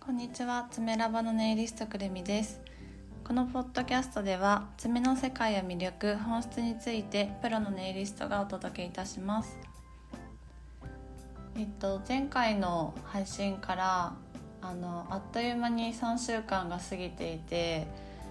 こんにちは、爪ラボのネイリストくるみです。このポッドキャストでは爪の世界や魅力、本質についてプロのネイリストがお届けいたします。前回の配信からあっという間に3週間が過ぎていて、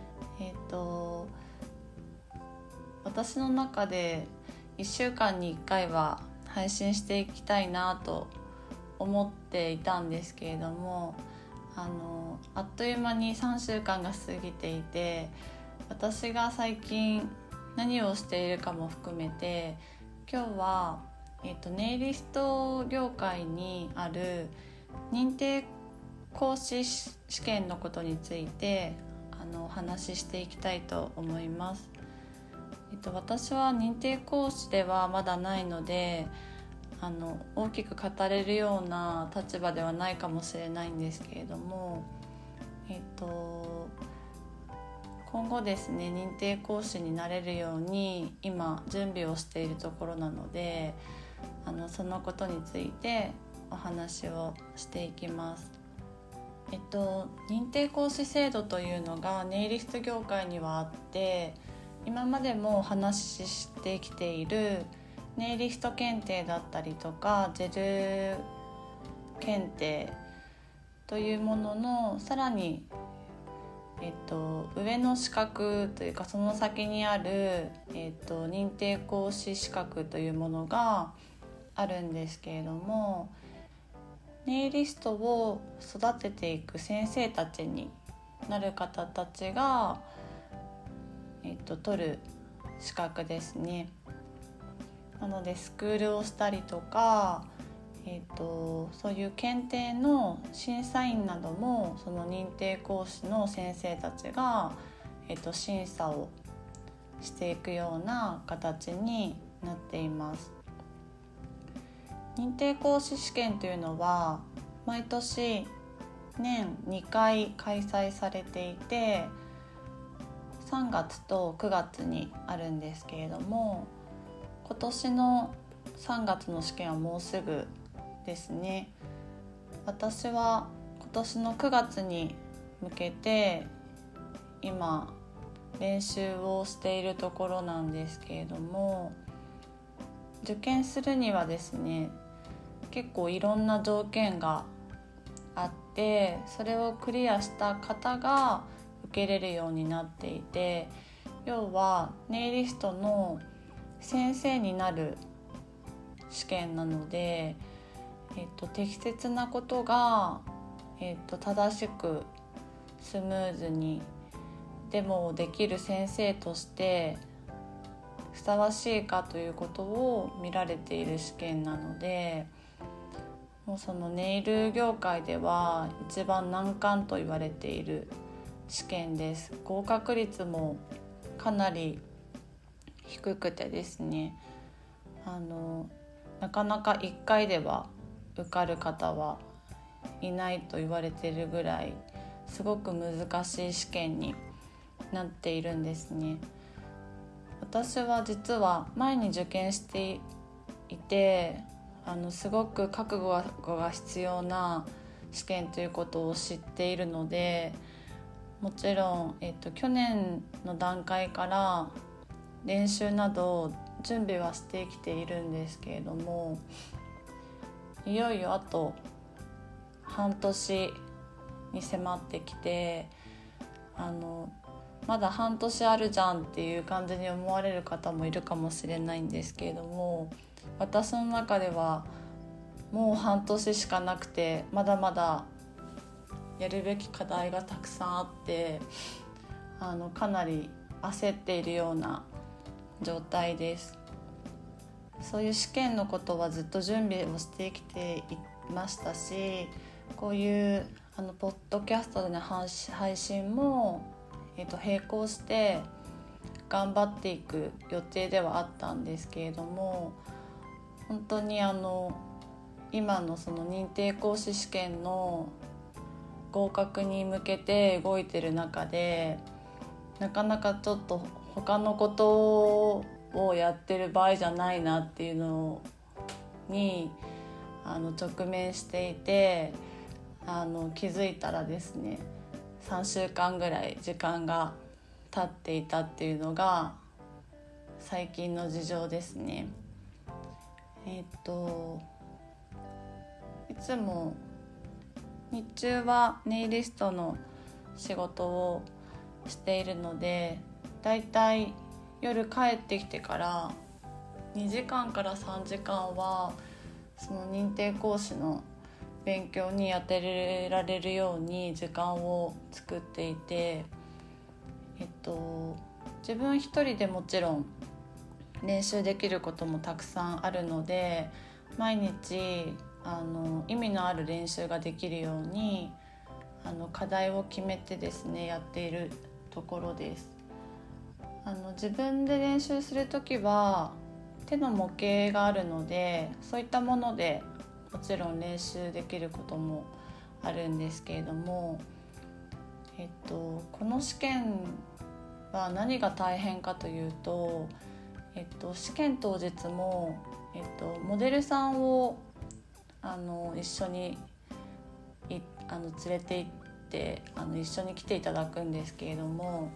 私の中で1週間に1回は配信していきたいなと思っていたんですけれども、あっという間に3週間が過ぎていて、私が最近何をしているかも含めて、今日は、ネイリスト業界にある認定講師試験のことについてお話ししていきたいと思います。私は認定講師ではまだないので大きく語れるような立場ではないかもしれないんですけれども、今後ですね、認定講師になれるように今準備をしているところなので、そのことについてお話をしていきます。認定講師制度というのがネイリスト業界にはあって、今までもお話ししてきているネイリスト検定だったりとかジェル検定というもののさらに、上の資格というかその先にある、認定講師資格というものがあるんですけれども、ネイリストを育てていく先生たちになる方たちが、取る資格ですね。なのでスクールをしたりとか、そういう検定の審査員などもその認定講師の先生たちが、審査をしていくような形になっています。認定講師試験というのは毎年年2回開催されていて、3月と9月にあるんですけれども、今年の3月の試験はもうすぐですね。私は今年の9月に向けて今練習をしているところなんですけれども、受験するにはですね、結構いろんな条件があって、それをクリアした方が受けれるようになっていて、要はネイリストの先生になる試験なので、適切なことが、正しくスムーズにでもできる先生としてふさわしいかということを見られている試験なので、もうそのネイル業界では一番難関と言われている試験です。合格率もかなり低くてですね、なかなか1回では受かる方はいないと言われているぐらいすごく難しい試験になっているんですね。私は実は前に受験していて、すごく覚悟が必要な試験ということを知っているので、もちろん、去年の段階から練習など準備はしてきているんですけれども、いよいよあと半年に迫ってきて、まだ半年あるじゃんっていう感じに思われる方もいるかもしれないんですけれども、私の中ではもう半年しかなくて、まだまだやるべき課題がたくさんあって、かなり焦っているような状態です。そういう試験のことはずっと準備をしてきていましたし、こういうポッドキャストでの配信も、並行して頑張っていく予定ではあったんですけれども、本当に今のその認定講師試験の合格に向けて動いてる中で、なかなかちょっと他のことをやってる場合じゃないなっていうのに直面していて、 気づいたらですね3週間ぐらい時間が経っていたっていうのが最近の事情ですね。いつも日中はネイリストの仕事をしているので、だいたい夜帰ってきてから2時間から3時間はその認定講師の勉強に当てられるように時間を作っていて、自分一人でもちろん練習できることもたくさんあるので、毎日意味のある練習ができるように課題を決めてですねやっているところです。自分で練習するときは手の模型があるので、そういったものでもちろん練習できることもあるんですけれども、この試験は何が大変かというと、試験当日も、モデルさんを一緒に連れて行って一緒に来ていただくんですけれども、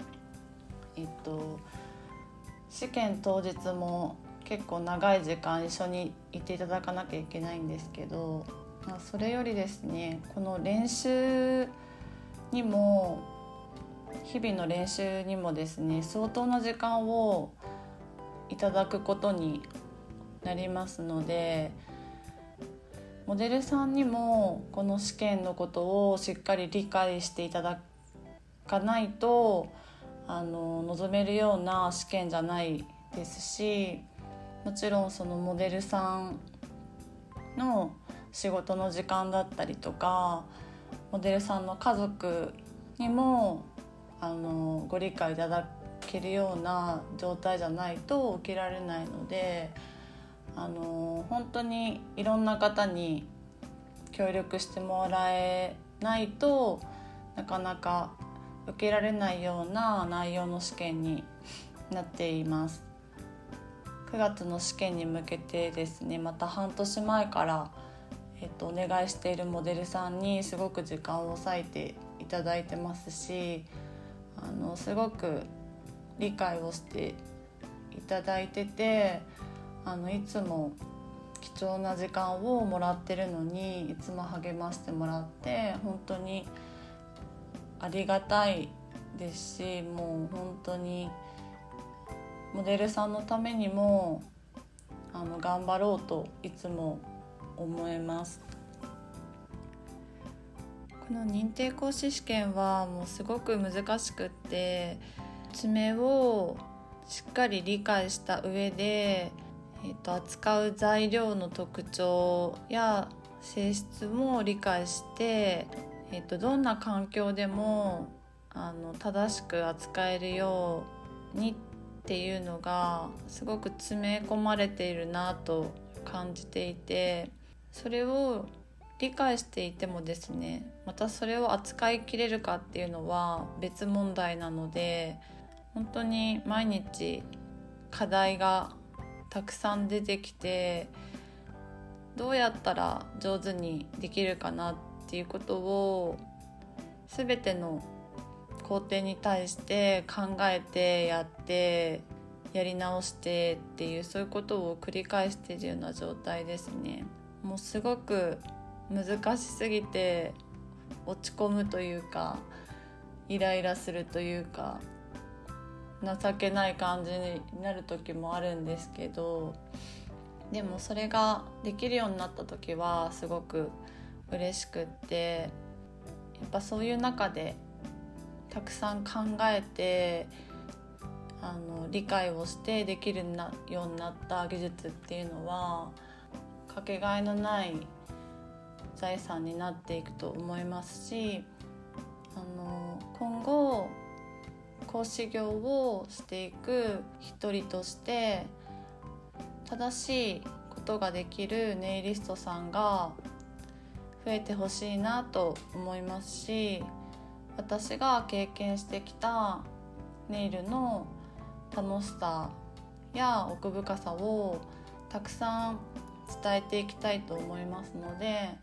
試験当日も結構長い時間一緒にいていただかなきゃいけないんですけど、それよりですねこの練習にも日々の練習にもですね相当な時間をいただくことになりますので、モデルさんにもこの試験のことをしっかり理解していただかないと望めるような試験じゃないですし、もちろんそのモデルさんの仕事の時間だったりとか、モデルさんの家族にもご理解いただけるような状態じゃないと受けられないので、本当にいろんな方に協力してもらえないとなかなか受けられないような内容の試験になっています。9月の試験に向けてですね、また半年前から、お願いしているモデルさんにすごく時間を割いていただいてますし、すごく理解をしていただいてて、いつも貴重な時間をもらってるのにいつも励ましてもらって本当にありがたいですし、もう本当にモデルさんのためにも頑張ろうといつも思います。この認定講師試験はもうすごく難しくって、爪をしっかり理解した上で、扱う材料の特徴や性質も理解して、どんな環境でも正しく扱えるようにっていうのがすごく詰め込まれているなと感じていて、それを理解していてもですね、またそれを扱いきれるかっていうのは別問題なので、本当に毎日課題がたくさん出てきて、どうやったら上手にできるかなっていうことを全ての工程に対して考えてやってやり直してっていう、そういうことを繰り返しているような状態ですね。もうすごく難しすぎて落ち込むというか、イライラするというか、情けない感じになる時もあるんですけど、でもそれができるようになった時はすごく嬉しくって、やっぱそういう中でたくさん考えて理解をしてできるようになった技術っていうのはかけがえのない財産になっていくと思いますし、今後講師業をしていく一人として正しいことができるネイリストさんが増えてほしいなと思いますし、私が経験してきたネイルの楽しさや奥深さをたくさん伝えていきたいと思いますので、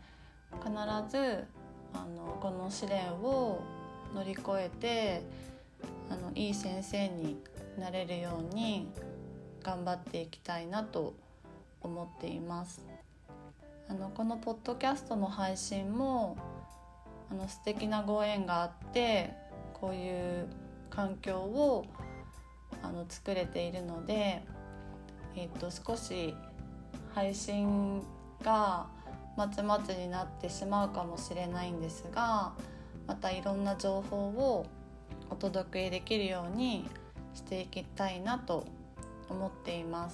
必ずこの試練を乗り越えていい先生になれるように頑張っていきたいなと思っています。このポッドキャストの配信も素敵なご縁があってこういう環境を作れているので、少し配信がまちまちになってしまうかもしれないんですが、またいろんな情報をお届けできるようにしていきたいなと思っています。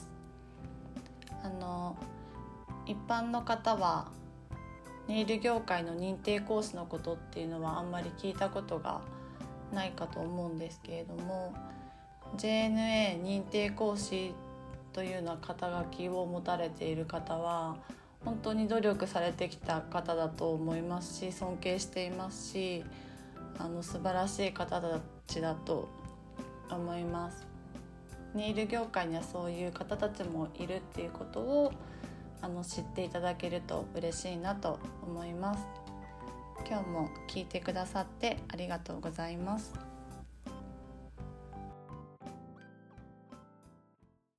一般の方はネイル業界の認定講師のことっていうのはあんまり聞いたことがないかと思うんですけれども、 JNA 認定講師というような肩書きを持たれている方は本当に努力されてきた方だと思いますし、尊敬していますし、素晴らしい方たちだと思います。ネイル業界にはそういう方たちもいるっていうことを知っていただけると嬉しいなと思います。今日も聞いてくださってありがとうございます。